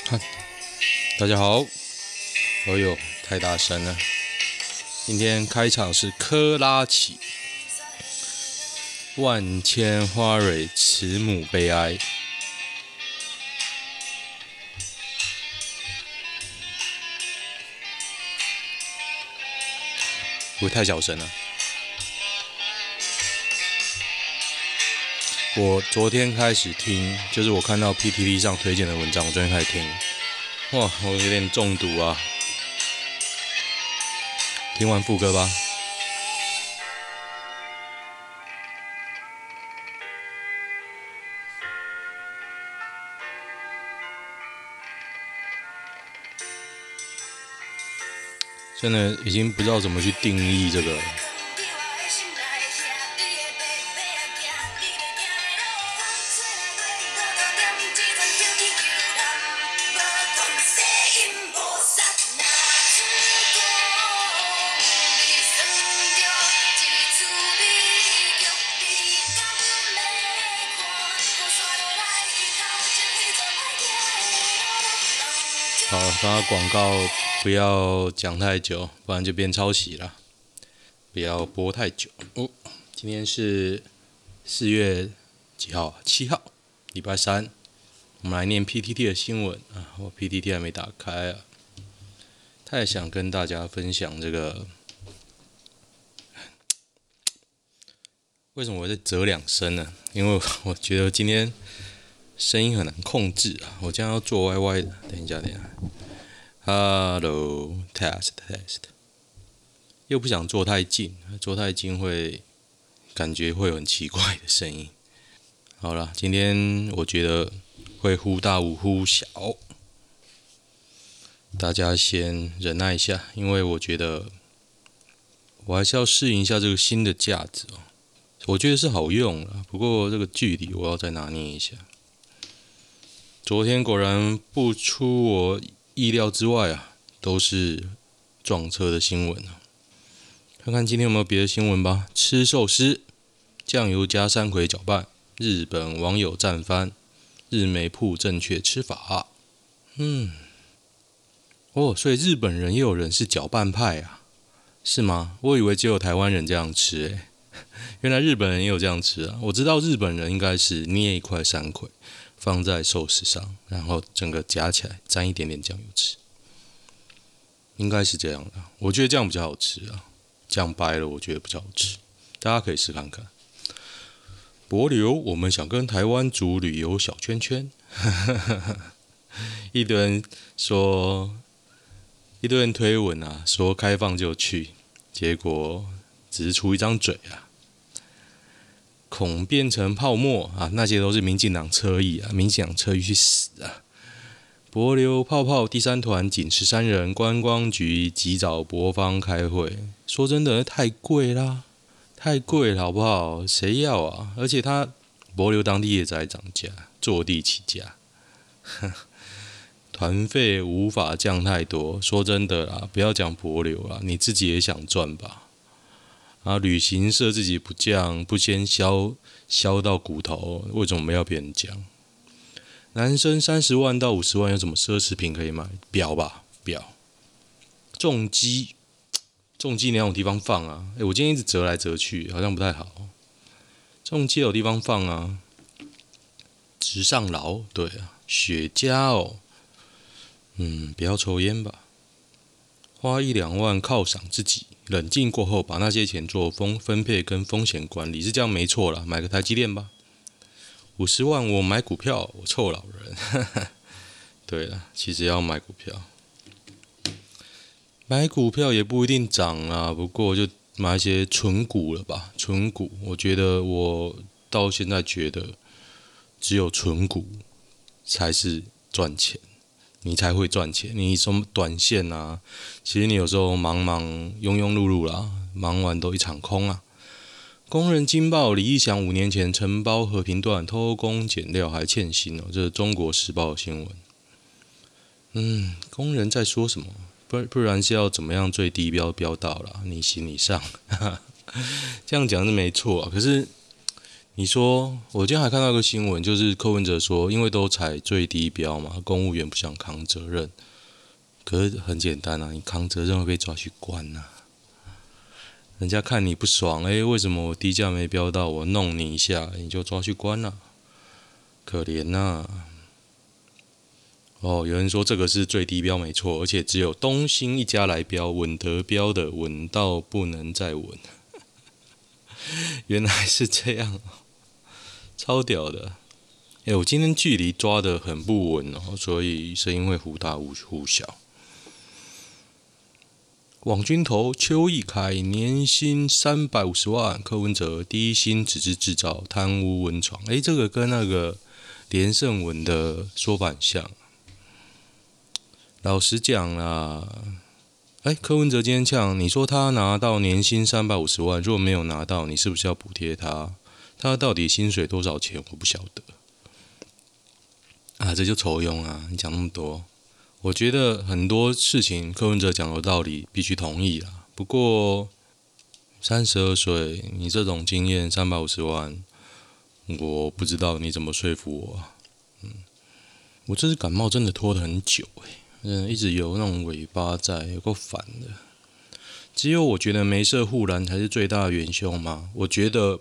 大家好，哦呦，太大声了！今天开场是科拉奇，万千花蕊，慈母悲哀。不会太小声了。我昨天开始听，就是我看到 PTT 上推荐的文章，我昨天开始听。哇，我有点中毒啊！听完副歌吧。真的已经不知道怎么去定义这个。好，把广告不要讲太久，不然就变抄袭了。不要播太久。今天是4月几号？7号，礼拜三。我们来念 PTT 的新闻啊，我 PTT 还没打开啊。太想跟大家分享这个，为什么我在折2声呢？因为我觉得今天声音很难控制啊，我这样要做歪歪的。等一下。Hello test， 又不想坐太近，坐太近会感觉会有很奇怪的声音。好了，今天我觉得会忽大忽小，大家先忍耐一下，因为我觉得我还是要适应一下这个新的架子哦。我觉得是好用啦，不过这个距离我要再拿捏一下。昨天果然不出我意料之外啊，都是撞车的新闻啊。看看今天有没有别的新闻吧。吃寿司，酱油加山葵搅拌，日本网友战翻，日媒铺正确吃法。所以日本人也有人是搅拌派啊，是吗？我以为只有台湾人这样吃原来日本人也有这样吃啊。我知道日本人应该是捏一块山葵放在寿司上，然后整个夹起来沾一点点酱油吃，应该是这样的。我觉得这样比较好吃啊，讲白了我觉得比较好吃，大家可以试看看。帛琉，我们想跟台湾组旅游小圈圈，一堆人推文啊，说开放就去，结果只是出一张嘴啊。恐变成泡沫啊！那些都是民进党侧翼啊！民进党侧翼去死啊！帛琉泡泡第3团仅13人，观光局及早博方开会。说真的，太贵啦，太贵了，好不好？谁要啊？而且他帛琉当地业者还涨价，坐地起价，团费无法降太多。说真的啦，不要讲帛琉啦，你自己也想赚吧？旅行社自己不降，不先削到骨头，为什么要别人降？男生30万到50万有什么奢侈品可以买？表吧，表。重机哪有地方放啊？我今天一直折来折去，好像不太好。重机有地方放啊。直上劳，对啊，雪茄哦。不要抽烟吧。花1-2万犒赏自己。冷静过后，把那些钱做分配跟风险管理，是这样没错啦。买个台积电吧。50万我买股票，我臭老人。对了，其实要买股票，买股票也不一定涨啊。不过就买一些纯股了吧。纯股，我觉得我到现在觉得，只有纯股才是赚钱。你才会赚钱。你什么短线啊？其实你有时候忙庸碌碌啦，忙完都一场空啊。工人惊爆李义祥5年前承包和平段偷工减料还欠薪哦，这是中国时报的新闻。工人在说什么？不然是要怎么样最低标到啦？你行你上，这样讲是没错啊。可是你说，我今天还看到一个新闻，就是柯文哲说，因为都采最低标嘛，公务员不想扛责任。可是很简单啊，你扛责任会被抓去关啊。人家看你不爽，为什么我低价没标到，我弄你一下，你就抓去关了，可怜呐。有人说这个是最低标没错，而且只有东兴一家来标，稳得标的稳到不能再稳。原来是这样，超屌的。我今天距离抓得很不稳哦，所以声音会忽大忽小。网军头邱义凯年薪350万，柯文哲低薪只是制造贪污温床。这个跟那个连胜文的说法很像。老实讲啦，柯文哲今天呛你说他拿到年薪350万，如果没有拿到，你是不是要补贴他？他到底薪水多少钱？我不晓得。这就酬庸啊！你讲那么多，我觉得很多事情柯文哲讲的道理必须同意啦。不过32岁，你这种经验350万，我不知道你怎么说服我啊。我这次感冒真的拖得很久一直有那种尾巴在，有够烦的。只有我觉得梅瑟护栏才是最大的元凶嘛。我觉得，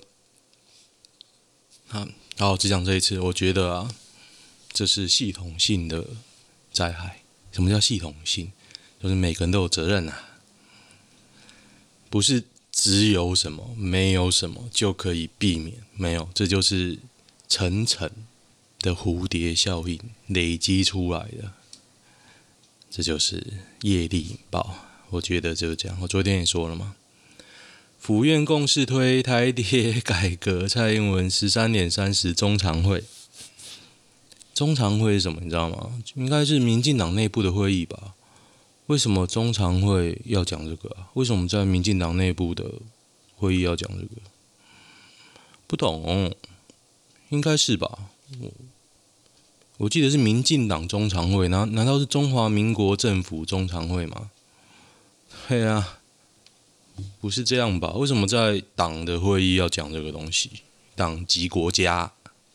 好，只讲这一次。我觉得这是系统性的灾害。什么叫系统性？就是每个人都有责任不是只有什么没有什么就可以避免，没有，这就是层层的蝴蝶效应累积出来的。这就是业力引爆，我觉得就是这样。我昨天也说了嘛，府院共识推台铁改革，蔡英文13:30中常会。中常会是什么？你知道吗？应该是民进党内部的会议吧？为什么中常会要讲这个为什么在民进党内部的会议要讲这个？不懂，应该是吧？我记得是民进党中常会，难道是中华民国政府中常会吗？对啊，不是这样吧？为什么在党的会议要讲这个东西？党及国家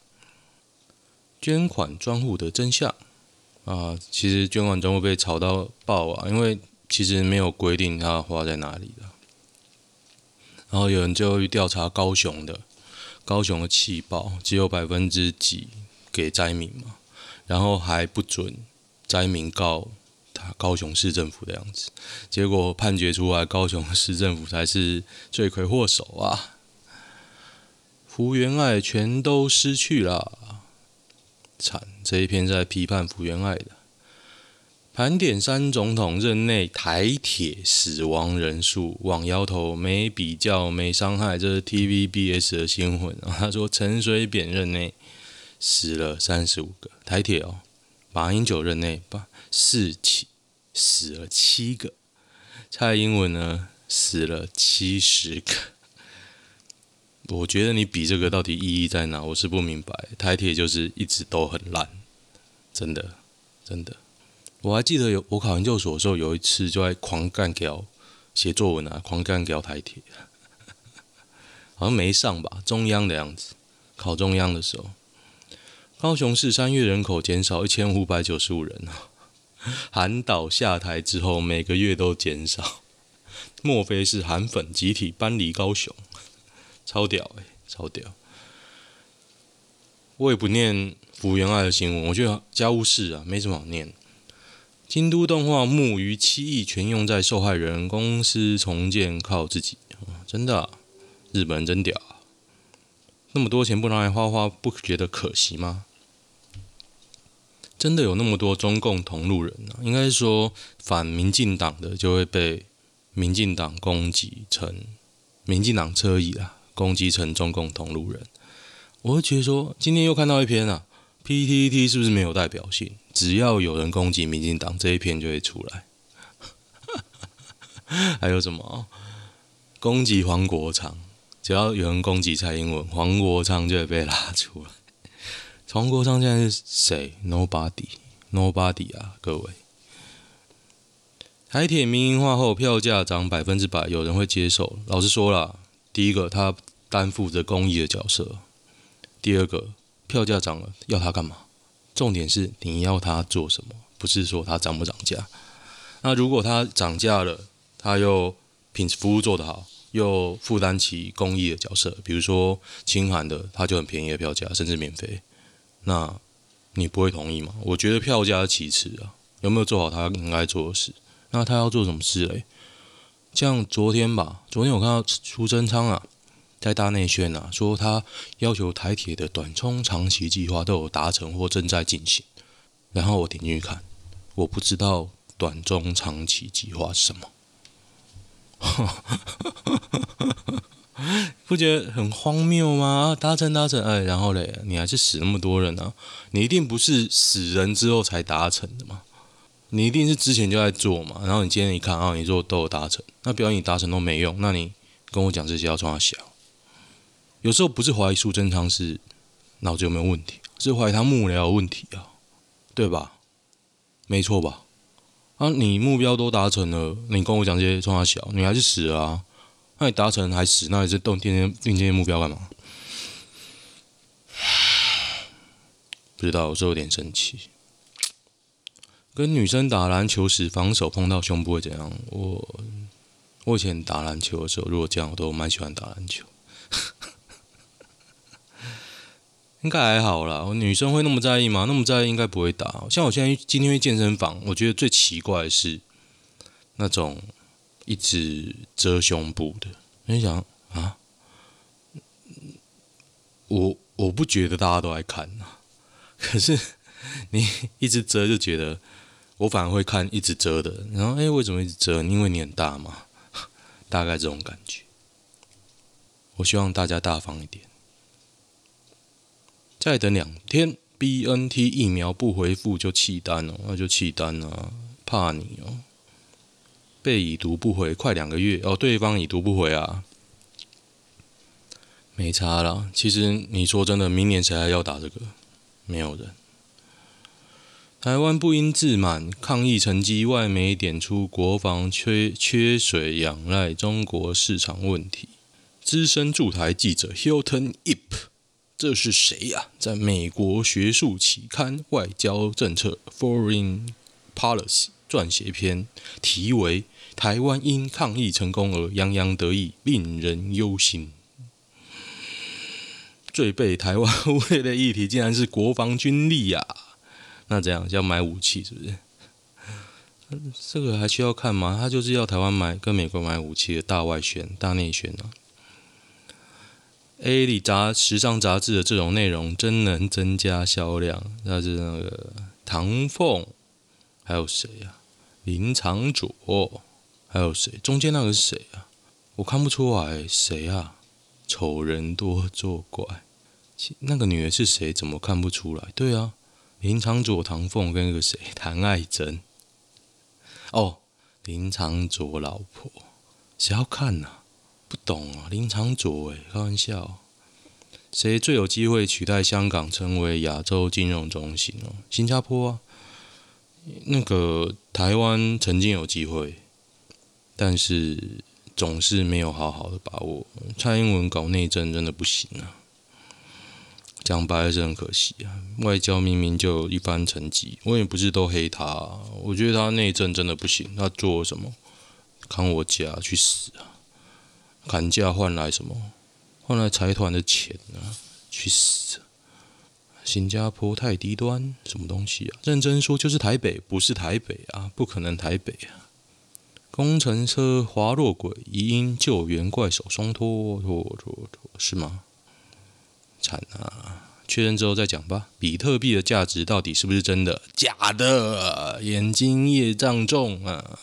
捐款专户的真相其实捐款专户被炒到爆因为其实没有规定它花在哪里的。然后有人就去调查高雄的气爆，只有几%给灾民嘛。然后还不准灾民告高雄市政府的样子，结果判决出来，高雄市政府才是罪魁祸首福原爱全都失去了，惨！这一篇在批判福原爱的。盘点3总统任内台铁死亡人数，往摇头，没比较没伤害，这是 TVBS 的新闻他说陈水扁任内死了35个，台铁马英九任内4起死了7个，蔡英文呢死了70个。我觉得你比这个到底意义在哪？我是不明白。台铁就是一直都很烂，真的。我还记得我考研究所的时候，有一次就在狂干掉写作文狂干掉台铁，好像没上吧，中央的样子，考中央的时候。高雄市3月人口减少1595人韩导下台之后，每个月都减少，莫非是韩粉集体搬离高雄？超屌超屌！我也不念福原爱的新闻，我觉得家务事没什么好念。京都动画募逾7亿全用在受害人，公司重建靠自己，真的日本人真屌那么多钱不拿来花，不觉得可惜吗？真的有那么多中共同路人应该是说反民进党的就会被民进党攻击成民进党侧翼攻击成中共同路人。我会觉得说，今天又看到一篇PTT 是不是没有代表性？只要有人攻击民进党，这一篇就会出来。还有什么攻击黄国昌？只要有人攻击蔡英文，黄国昌就会被拉出来。黄国昌现在是谁 ？Nobody 各位。台铁民营化后，票价涨100%，有人会接受。老实说啦，第一个他担负着公益的角色， 第二个，票价涨了，要他干嘛？重点是你要他做什么，不是说他涨不涨价。那如果他涨价了，他又品质服务做得好，又负担起公益的角色，比如说清寒的，他就很便宜的票价，甚至免费，那你不会同意吗？我觉得票价是其次啊，有没有做好他应该做的事？那他要做什么事嘞？像昨天我看到苏贞昌啊，在大内宣啊，说他要求台铁的短中长期计划都有达成或正在进行。然后我点进去看，我不知道短中长期计划是什么，不觉得很荒谬吗？达成，然后嘞，你还是死那么多人啊！你一定不是死人之后才达成的嘛？你一定是之前就在做嘛？然后你今天一看啊，你说都有达成，那表示你达成都没用，那你跟我讲这些要冲他小？有时候不是怀疑苏贞昌是脑子有没有问题，是怀疑他幕僚有问题啊，对吧？没错吧？啊，你目标都达成了，你跟我讲这些冲他小，你还是死了啊？那你达成还死，那你是定这些目标干嘛？不知道，有时候有点生气。跟女生打篮球时防守碰到胸部会怎样？我以前打篮球的时候，如果这样，我都蛮喜欢打篮球。应该还好啦，女生会那么在意吗？那么在意应该不会打。像我今天去健身房，我觉得最奇怪的是那种一直遮胸部的。你想啊，我不觉得大家都爱看啊，可是你一直遮就觉得，我反而会看一直遮的。然后为什么一直遮？因为你很大嘛，大概这种感觉。我希望大家大方一点。再等2天 ，BNT 疫苗不回复就弃单哦，那就弃单啊，怕你哦。被已读不回，快2个月哦，对方已读不回啊，没差啦。其实你说真的，明年谁还要打这个？没有人。台湾不应自满，抗疫成绩外媒点出国防缺水仰赖中国市场问题。资深驻台记者 Hilton Ip。这是谁呀？在美国学术期刊《外交政策》（Foreign Policy） 撰写篇，题为“台湾因抗疫成功而洋洋得意，令人忧心”。最被台湾忽略的议题，竟然是国防军力呀！那这样要买武器是不是？这个还需要看吗？他就是要台湾跟美国买武器的大外宣、大内宣啊。A 里时尚杂志的这种内容真能增加销量。那是那个唐凤，还有谁啊？林长佐，还有谁？中间那个是谁啊？我看不出来，谁啊？丑人多作怪，那个女的是谁？怎么看不出来？对啊，林长佐、唐凤跟那个谁？谭爱珍。哦，林长佐老婆，谁要看啊？不懂啊，林长佐开玩笑。谁最有机会取代香港成为亚洲金融中心哦？新加坡啊。那个台湾曾经有机会，但是总是没有好好的把握。蔡英文搞内政真的不行啊，讲白了是很可惜啊。外交明明就有一番成绩，我也不是都黑他啊。我觉得他内政真的不行，他做什么？扛我家去死啊！砍价换来什么？换来财团的钱啊！去死！新加坡太低端，什么东西啊？认真说就是台北，不是台北啊，不可能台北啊！工程车滑落轨，疑因救援怪手松脱，是吗？惨啊！确认之后再讲吧。比特币的价值到底是不是真的？假的，眼睛业障重啊！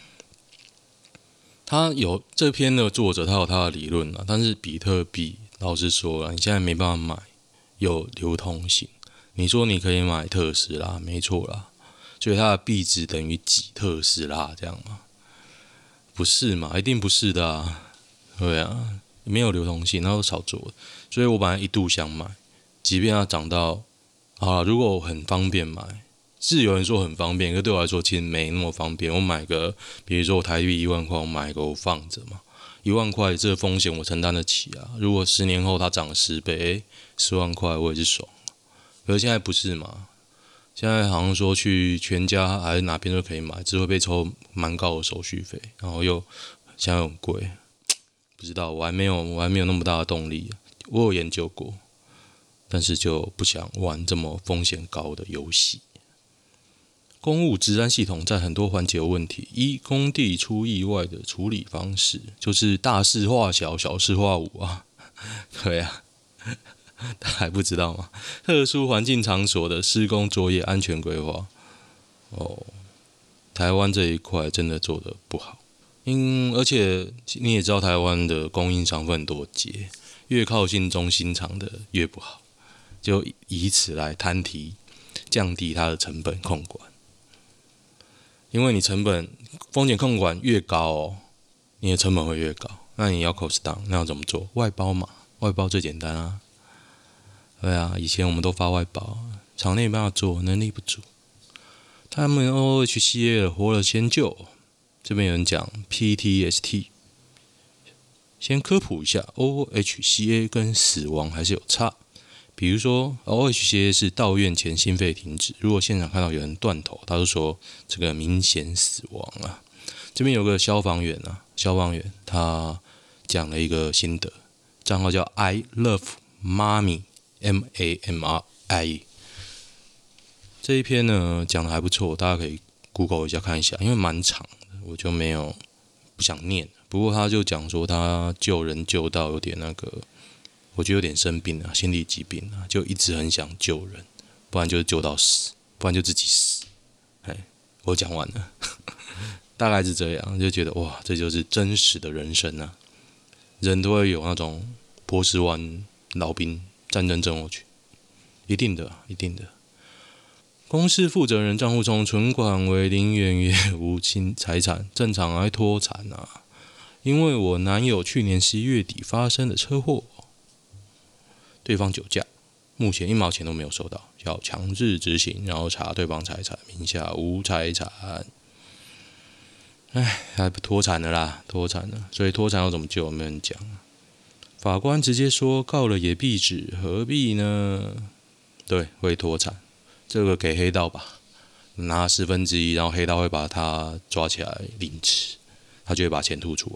他有这篇的作者，他有他的理论啊，但是比特币老实说了，你现在没办法买，有流通性。你说你可以买特斯拉，没错啦，所以它的币值等于几特斯拉这样吗？不是嘛，一定不是的啊，对啊，没有流通性，那都炒作的。所以我本来一度想买，即便它涨到，好了，如果我很方便买。是有人说很方便，可对我来说其实没那么方便。我买个，比如说我台币1万块，我买个我放着嘛， 1万块这个风险我承担得起啊。如果10年后它涨了10倍，10万块我也是爽。可是现在不是嘛？现在好像说去全家还是哪边都可以买，只会被抽蛮高的手续费，然后又现在又很贵，不知道我还没有那么大的动力。我有研究过，但是就不想玩这么风险高的游戏。公务治安系统在很多环节有问题。一、工地出意外的处理方式，就是大事化小，小事化无啊。对啊，大家还不知道吗？特殊环境场所的施工作业安全规划，台湾这一块真的做得不好。而且你也知道，台湾的供应商分很多节，越靠近中心厂的越不好，就以此来降低它的成本控管。因为你风险控管越高你的成本会越高。那你要 cost down， 那要怎么做？外包嘛，外包最简单啊。对啊，以前我们都发外包，厂内没办法做，能力不足。他们 OHCA 活了先救，这边有人讲 PTSD， 先科普一下 OHCA 跟死亡还是有差。比如说 OHCA 是到院前心肺停止，如果现场看到有人断头，他就说这个明显死亡啊。这边有个消防员他讲了一个心得，账号叫 I Love Mommy MAMI， 这一篇呢讲的还不错，大家可以 Google 一下看一下，因为蛮长的，我就不想念。不过他就讲说他救人救到有点我觉得有点生病啊，心理疾病啊，就一直很想救人，不然就是救到死，不然就自己死。我讲完了，大概是这样，就觉得哇，这就是真实的人生啊！人都会有那种波斯湾老兵战争症候群，一定的。公司负责人账户中存款为0元也无清财产，正常还脱产啊！因为我男友去年11月底发生的车祸，对方酒驾，目前1毛钱都没有收到，要强制执行，然后查对方财产，名下无财产。还不脱产了啦，所以脱产要怎么救？没人讲。法官直接说告了也必止，何必呢？对，会脱产，这个给黑道吧，拿1/10，然后黑道会把他抓起来凌迟，他就会把钱吐出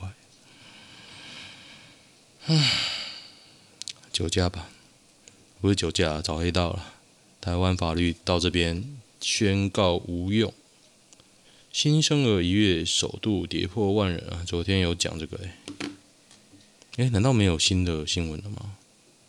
来。酒驾吧，不是酒驾，找黑道了。台湾法律到这边宣告无用。新生儿1月首度跌破1万人啊！昨天有讲这个难道没有新的新闻了吗？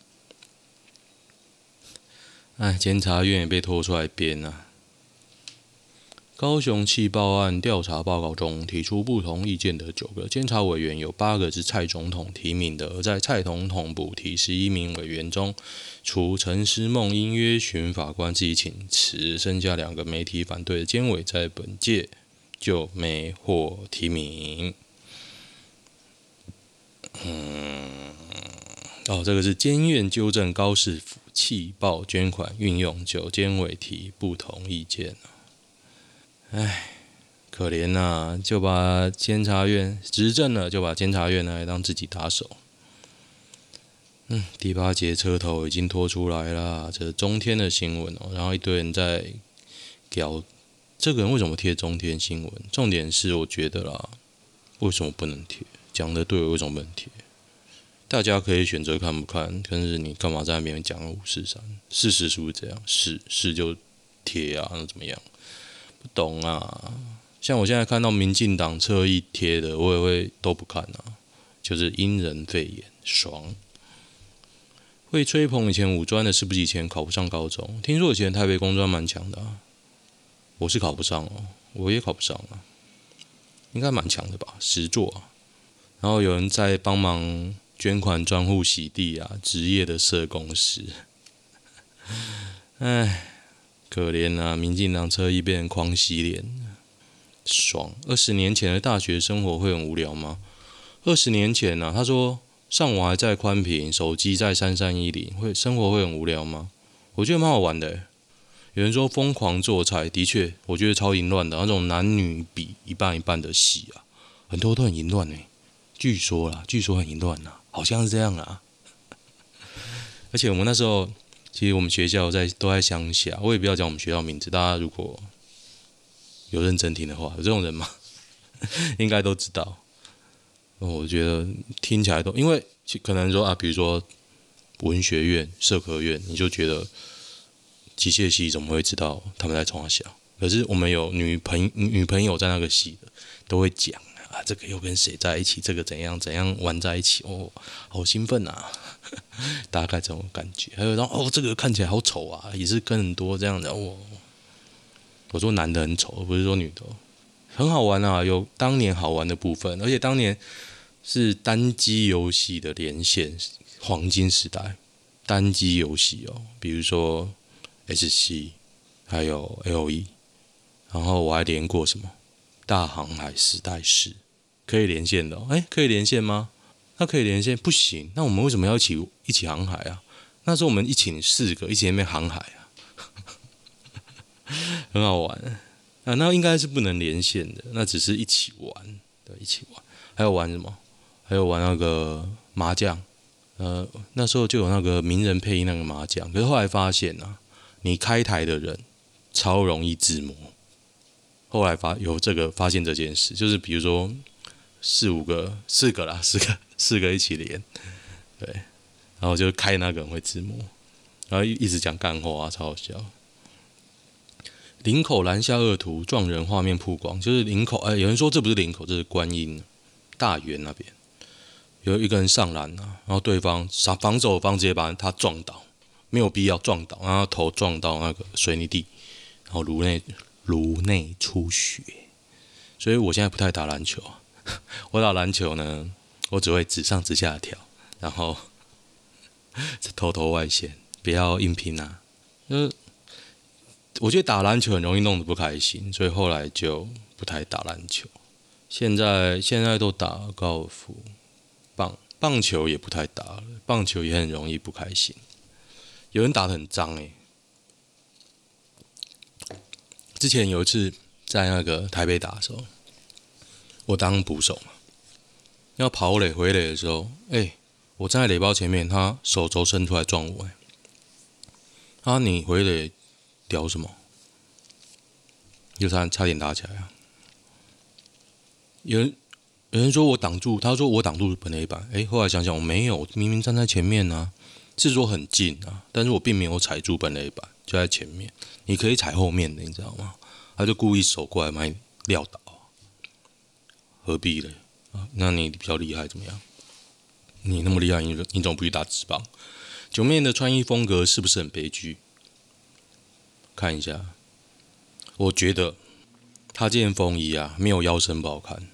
监察院也被拖出来编啊。高雄气爆案调查报告中提出不同意见的9个监察委员，有8个是蔡总统提名的，而在蔡总统补提11名委员中，除陈诗梦因约询法官自己请辞，剩下2个媒体反对的监委在本届就没获提名。这个是监院纠正高市府气爆捐款运用，9监委提不同意见。可怜啊，就把监察院执政了，就把监察院来当自己打手。第8节车头已经拖出来了，这是中天的新闻然后一堆人在屌这个人为什么贴中天新闻？重点是我觉得啦，为什么不能贴？讲的对，为什么不能贴？大家可以选择看不看，但是你干嘛在那边讲543？事实是不是这样？是就贴啊，那怎么样？不懂啊。像我现在看到民进党侧翼贴的，我也会都不看啊，就是因人肺炎，爽。会吹捧以前五专的，是不是以前考不上高中？听说以前台北工专蛮强的我是考不上我也考不上应该蛮强的吧，实作然后有人在帮忙捐款专户洗地职业的社工师。可怜啊，民进党侧翼被人狂洗脸，爽。20年前的大学生活会很无聊吗？20年前他说上网还在宽屏，手机在3310，生活会很无聊吗？我觉得蛮好玩的有人说疯狂做菜，的确，我觉得超淫乱的，那种男女比1半1半的戏很多都很淫乱据说很淫乱啊，好像是这样啊。而且我们那时候，其实我们学校都在乡下，我也不要讲我们学校名字，大家如果有认真听的话，有这种人吗？应该都知道。我觉得听起来都，因为可能说啊，比如说文学院、社科院，你就觉得机械系怎么会知道他们在冲啥小？可是我们有女朋友在那个系的，都会讲啊，这个又跟谁在一起，这个怎样玩在一起，哦，好兴奋啊！大概这种感觉。还有这个看起来好丑啊，也是跟很多这样的哦。我说男的很丑，不是说女的，很好玩啊，有当年好玩的部分，而且当年是单机游戏的连线黄金时代，单机游戏哦，比如说 SC， 还有 LE， 然后我还连过什么大航海时代4，可以连线的哦，可以连线吗？那可以连线，不行，那我们为什么要一起航海啊？那时候我们一起4个一起在那边航海啊，很好玩啊。那应该是不能连线的，那只是一起玩，对，一起玩。还有玩什么？还有玩那个麻将，那时候就有那个名人配音那个麻将，可是后来发现啊，你开台的人超容易自摸。后来发现这件事，就是比如说4个一起连，对，然后就开那个人会自摸，然后一直讲干话啊，超好笑。林口拦下恶徒撞人画面曝光，就是林口，有人说这不是林口，这是观音大园那边有一个人上篮啊，然后对方防守方直接把他撞倒，没有必要撞倒，然后头撞到那个水泥地，然后颅内出血。所以我现在不太打篮球，我打篮球呢，我只会直上直下的跳，然后投外线，不要硬拼啊。我觉得打篮球很容易弄得不开心，所以后来就不太打篮球。现在都打高尔夫、棒球也不太打了，棒球也很容易不开心。有人打得很脏之前有一次在那个台北打的时候，我当捕手嘛，要跑垒回垒的时候，我站在垒包前面，他手肘伸出来撞我你回垒屌什么？就差点打起来啊！有人说我挡住，他说我挡住本垒板，后来想想我没有，我明明站在前面啊，是说很近啊，但是我并没有踩住本垒板，就在前面。你可以踩后面的，你知道吗？他就故意手过来把你撂倒，何必呢？那你比较厉害怎么样？你那么厉害，你怎么不去打职棒？九妹的穿衣风格是不是很悲剧？看一下，我觉得他这件风衣啊，没有腰身不好看。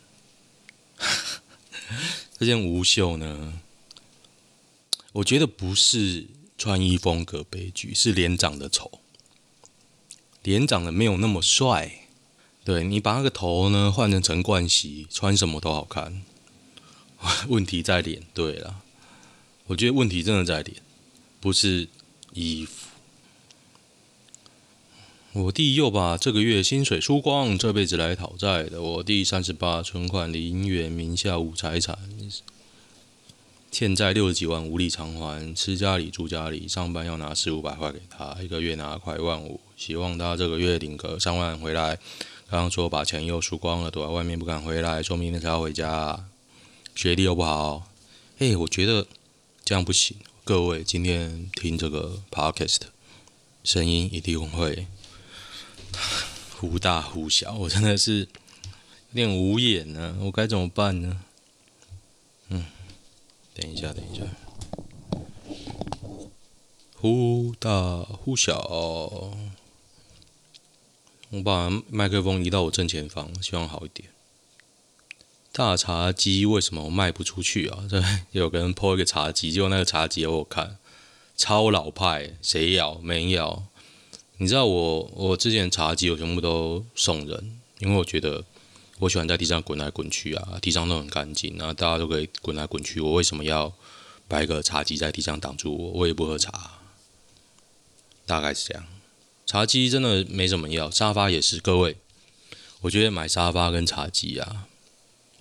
这件无袖呢，我觉得不是穿衣风格悲剧，是脸长得丑，脸长得没有那么帅。对，你把那个头呢换成陈冠希，穿什么都好看。问题在脸，对啦，我觉得问题真的在脸，不是衣服。我弟又把这个月薪水输光，这辈子来讨债的。我弟38，存款0元，名下无财产，欠债60几万，无力偿还，吃家里住家里，上班要拿400-500块给他，一个月拿快15000，希望他这个月领个3万回来。刚刚说把钱又输光了，躲在外面不敢回来，说明天才要回家。学历又不好，我觉得这样不行。各位今天听这个 podcast， 声音一定会忽大忽小，我真的是有点无言呢，我该怎么办呢？等一下，忽大忽小，我把麦克风移到我正前方，希望好一点。大茶几为什么卖不出去啊？这有个人 po 一个茶几，结果那个茶几我有看，超老派，谁要？没要。你知道我之前茶几我全部都送人，因为我觉得我喜欢在地上滚来滚去啊，地上都很干净，然后大家都可以滚来滚去。我为什么要摆一个茶几在地上挡住我？我也不喝茶，大概是这样。茶几真的没什么要，沙发也是。各位，我觉得买沙发跟茶几啊，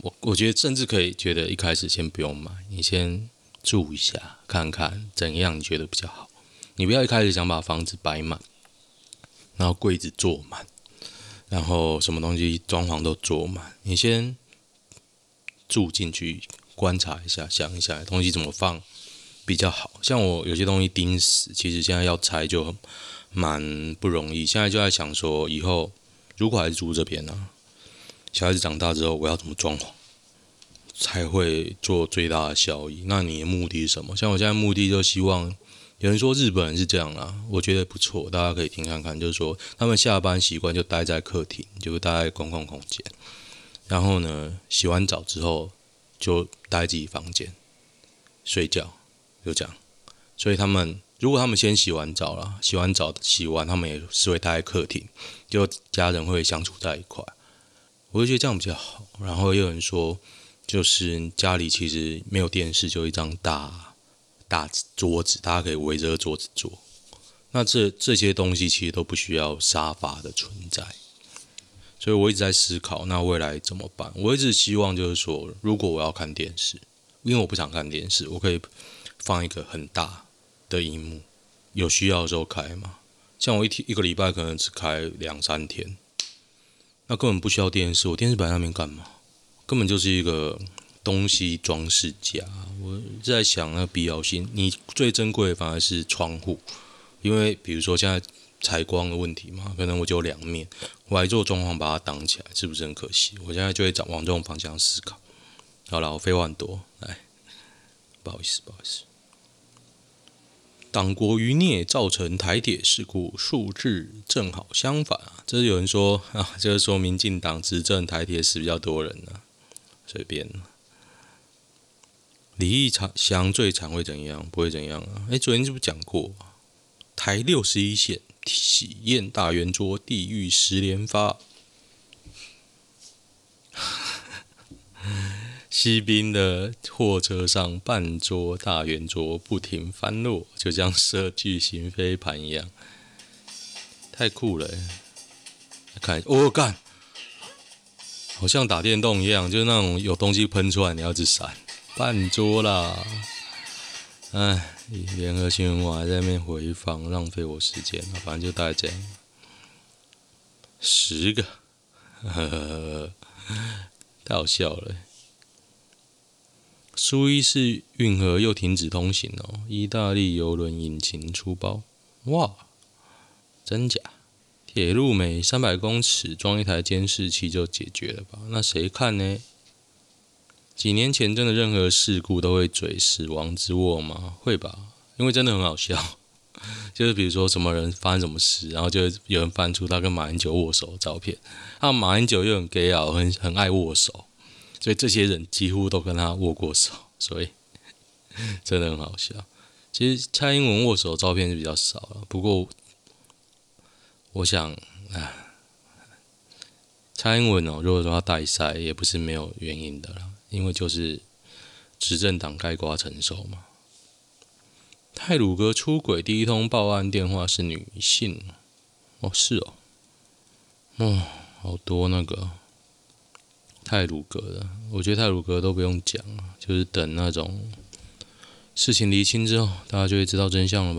我觉得甚至可以觉得一开始先不用买，你先住一下看看怎样你觉得比较好。你不要一开始想把房子摆满，然后柜子坐满，然后什么东西装潢都做满，你先住进去观察一下，想一下东西怎么放比较好。像我有些东西钉死，其实现在要拆就蛮不容易。现在就在想说，以后如果还是住这边呢，小孩子长大之后我要怎么装潢才会做最大的效益？那你的目的是什么？像我现在目的就希望，有人说日本人是这样啦，我觉得不错，大家可以听看看。就是说，他们下班习惯就待在客厅，就待在公共空间，然后呢，洗完澡之后就待在自己房间睡觉，就这样。所以如果他们先洗完澡了，洗完他们也是会待在客厅，就家人会相处在一块。我就觉得这样比较好。然后也有人说，就是家里其实没有电视，就一张大桌子，大家可以围着桌子坐。那这些东西其实都不需要沙发的存在。所以我一直在思考，那未来怎么办？我一直希望就是说，如果我要看电视，因为我不想看电视，我可以放一个很大的萤幕，有需要的时候开嘛。像我一个礼拜可能只开2-3天，那根本不需要电视。我电视摆在那边干嘛？根本就是一个东西装饰架。我在想那个必要性，你最珍贵的反而是窗户，因为比如说现在采光的问题嘛，可能我就有2面，我还做装潢把它挡起来，是不是很可惜？我现在就会往这种方向思考。好了，我废话很多，来，不好意思。党国余孽造成台铁事故数字正好相反啊！这是有人说啊，这个说民进党执政台铁死比较多人啊，随便。李义祥最惨会怎样？不会怎样啊！昨天是不是讲过台61线喜宴大圆桌地狱10连发？西滨的货车上半桌大圆桌不停翻落，就像射巨型飞盘一样，太酷了！看，干，好像打电动一样，就是那种有东西喷出来，你要一直闪。半桌啦，联合新闻网还在那边回放，浪费我时间。反正就大概这样，10个，太好笑了。苏伊士运河又停止通行哦，意大利邮轮引擎出包，哇，真假？铁路每300公尺装一台监视器就解决了吧？那谁看呢？几年前真的任何事故都会嘴死亡之握吗？会吧，因为真的很好笑。就是比如说什么人发生什么事，然后就有人翻出他跟马英九握手的照片，马英九又很 gay 啊，很爱握手。所以这些人几乎都跟他握过手，所以真的很好笑。其实蔡英文握手的照片是比较少了，不过我想，蔡英文如果说他带赛，也不是没有原因的啦，因为就是执政党概括成熟嘛。太鲁阁出轨第一通报案电话是女性，是好多那个。太鲁阁的，我觉得太鲁阁都不用讲，就是等那种事情厘清之后，大家就会知道真相了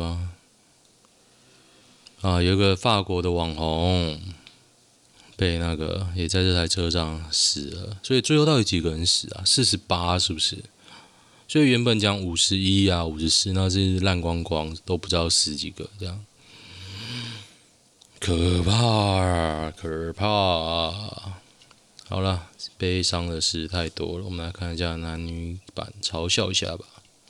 吧？有个法国的网红被那个也在这台车上死了，所以最后到底几个人死啊？48是不是？所以原本讲51啊、54，那是烂光光，都不知道死几个这样，可怕啊！好了，悲伤的事太多了，我们来看一下男女版，嘲笑一下吧。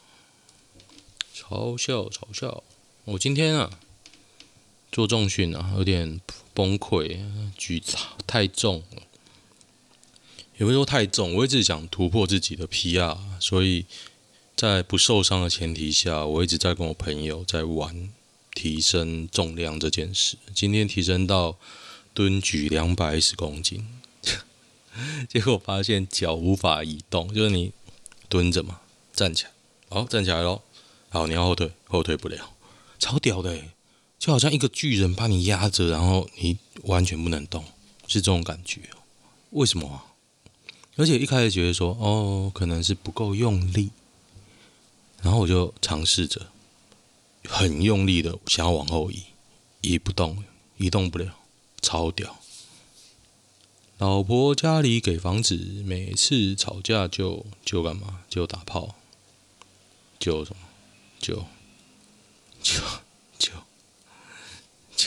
嘲笑！我今天做重训有点崩溃，举太重了，也不是说太重，我一直想突破自己的 PR， 所以在不受伤的前提下，我一直在跟我朋友在玩提升重量这件事。今天提升到蹲举210公斤。结果发现脚无法移动，就是你蹲着嘛，站起来，好，站起来咯，好，你要后退不了，超屌的就好像一个巨人把你压着，然后你完全不能动，是这种感觉。为什么而且一开始觉得说，可能是不够用力，然后我就尝试着很用力的想要往后移，移不动，移动不了，超屌。老婆家里给房子，每次吵架就干嘛？就打炮，就什么？就就就就，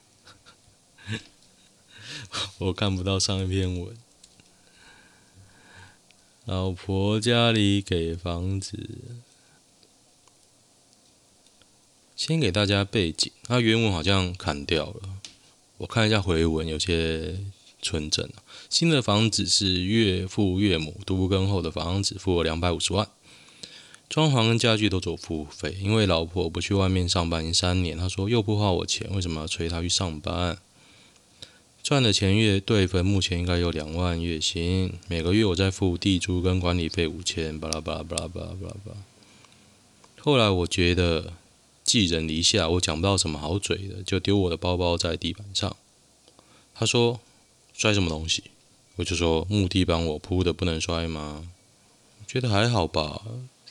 我看不到上一篇文。老婆家里给房子，先给大家背景，它原文好像砍掉了，我看一下回文，有些纯正。新的房子是岳父岳母都更后的房子，付了250万，装潢跟家具都走付费。因为老婆不去外面上班已经3年，他说又不花我钱，为什么要催他去上班？赚的钱月对分，目前应该有2万月薪，每个月我在付地租跟管理费5000，巴拉巴拉巴拉巴拉巴拉巴拉。后来我觉得寄人篱下，我讲不到什么好嘴的，就丢我的包包在地板上。他说摔什么东西？我就说木地板我铺的不能摔吗？觉得还好吧，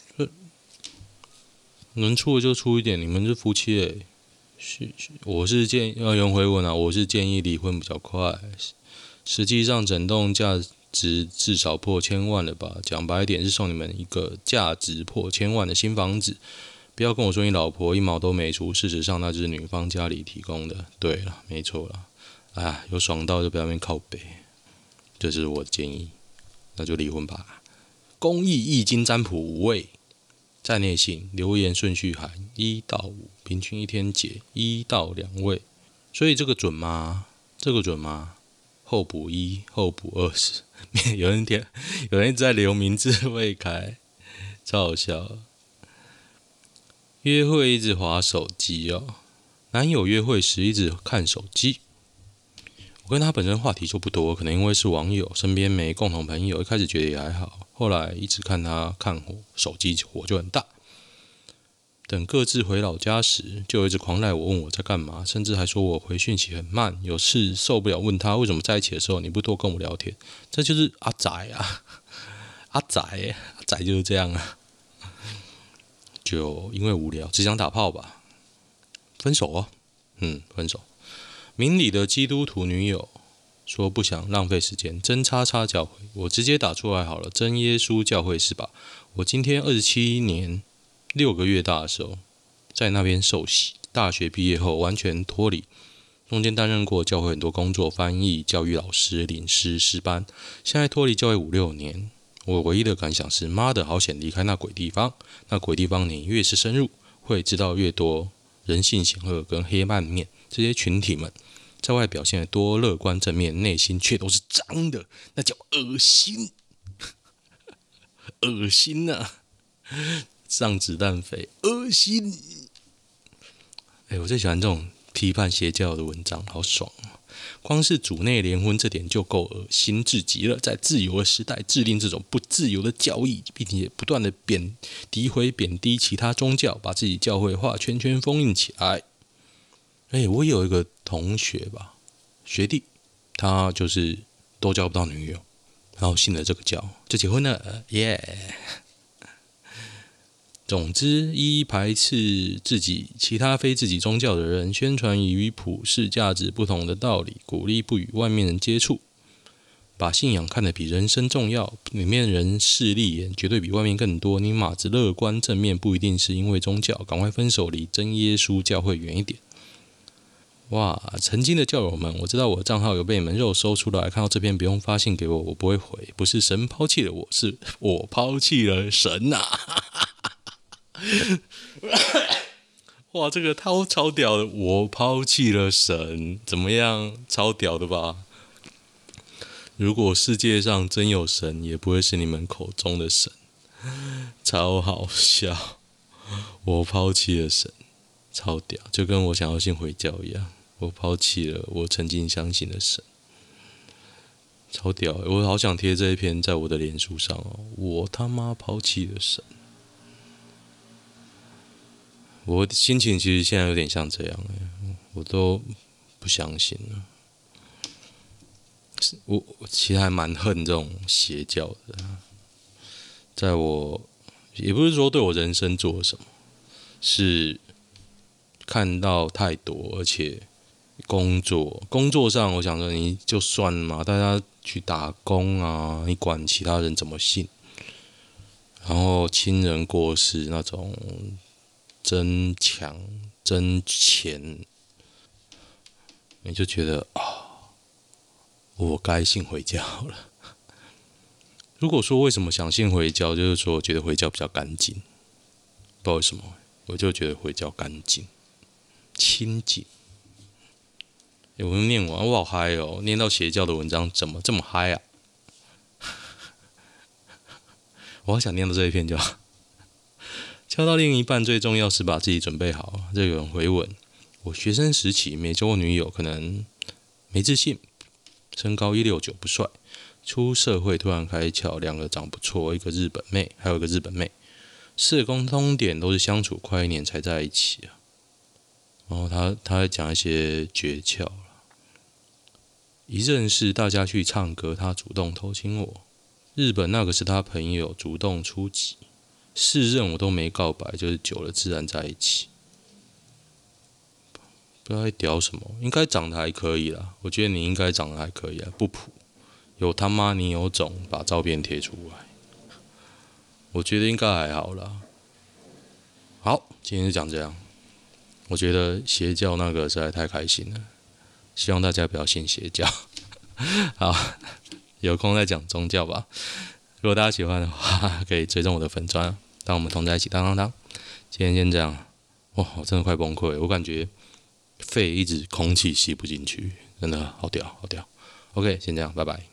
能出的就出一点，你们是夫妻我是建议要原回文啊，我是建议离婚比较快。实际上整栋价值至少破1000万了吧？讲白一点是送你们一个价值破1000万的新房子。不要跟我说你老婆1毛都没出，事实上那就是女方家里提供的。对了，没错了，有爽到就不要那边靠北，这是我的建议，那就离婚吧。公益易经占卜5位。在内信留言顺序含1到5，平均一天解1到2位，所以这个准吗？候补1，候补20。有人一直在留名字未开，超好笑。约会一直滑手机男友约会时一直看手机。我跟他本身话题就不多，可能因为是网友，身边没共同朋友，一开始觉得也还好，后来一直看他看手机，火就很大。等各自回老家时，就一直狂赖我，问我在干嘛，甚至还说我回讯息很慢，有事受不了问他为什么在一起的时候你不多跟我聊天。这就是阿仔啊，阿仔就是这样啊，就因为无聊，只想打炮吧，分手分手。明理的基督徒女友说不想浪费时间，真叉叉教会，我直接打出来好了，真耶稣教会是吧？我今天27年6个月大的时候，在那边受洗，大学毕业后完全脱离，中间担任过教会很多工作，翻译、教育老师、领诗、诗班，现在脱离教会5-6年。我唯一的感想是，妈的，好险离开那鬼地方。那鬼地方你越是深入，会知道越多人性险恶跟黑暗面。这些群体们在外表现得多乐观正面，内心却都是脏的，那叫恶心，恶心啊！上子弹飞，恶心！我最喜欢这种批判邪教的文章，好爽哦！光是主内联婚这点就够恶心至极了。在自由的时代制定这种不自由的教义，并且不断的诋毁贬低其他宗教，把自己教会画圈圈封印起来。我有一个同学吧，学弟，他就是都交不到女友，然后信了这个教，就结婚了，耶！总之，排斥自己其他非自己宗教的人，宣传与普世价值不同的道理，鼓励不与外面人接触，把信仰看得比人生重要，里面人势利眼绝对比外面更多。你马子乐观正面不一定是因为宗教，赶快分手，离真耶稣教会远一点。哇，曾经的教友们，我知道我的账号有被你们肉搜出来，看到这篇不用发信给我，我不会回，不是神抛弃了我，是我抛弃了神啊！哇，这个超屌的！我抛弃了神，怎么样？超屌的吧？如果世界上真有神，也不会是你们口中的神，超好笑！我抛弃了神，超屌，就跟我想要信回教一样，我抛弃了我曾经相信的神，超屌！我好想贴这一篇在我的脸书上哦，我他妈抛弃了神。我的心情其实现在有点像这样我都不相信了。 我其实还蛮恨这种邪教的，在我也不是说对我人生做了什么，是看到太多，而且工作上，我想说你就算嘛，大家去打工啊，你管其他人怎么信？然后亲人过世那种争抢、争钱，你就觉得我该信回教了。如果说为什么想信回教，就是说我觉得回教比较干净，不知道为什么，我就觉得回教干净、清净。我念完，我好嗨哦！念到邪教的文章，怎么这么嗨啊？我好想念到这一篇就好。交到另一半最重要是把自己准备好。这有人回文：我学生时期没交过女友，可能没自信，身高169不帅。出社会突然开窍，两个长不错，一个日本妹，还有一个日本妹。4个共通点都是相处快1年才在一起啊。然后他在讲一些诀窍。一认识大家去唱歌，他主动偷亲我。日本那个是他朋友主动出击，4任我都没告白，就是久了自然在一起。不知道在屌什么，应该长得还可以啦。我觉得你应该长得还可以啊，不普。有他妈你有种，把照片贴出来。我觉得应该还好啦。好，今天就讲这样。我觉得邪教那个实在太开心了，希望大家不要信邪教。好，有空再讲宗教吧。如果大家喜欢的话，可以追踪我的粉专，当我们同在一起当。今天先这样。哇，我真的快崩溃了，我感觉肺一直空气吸不进去，真的好屌。OK， 先这样，拜拜。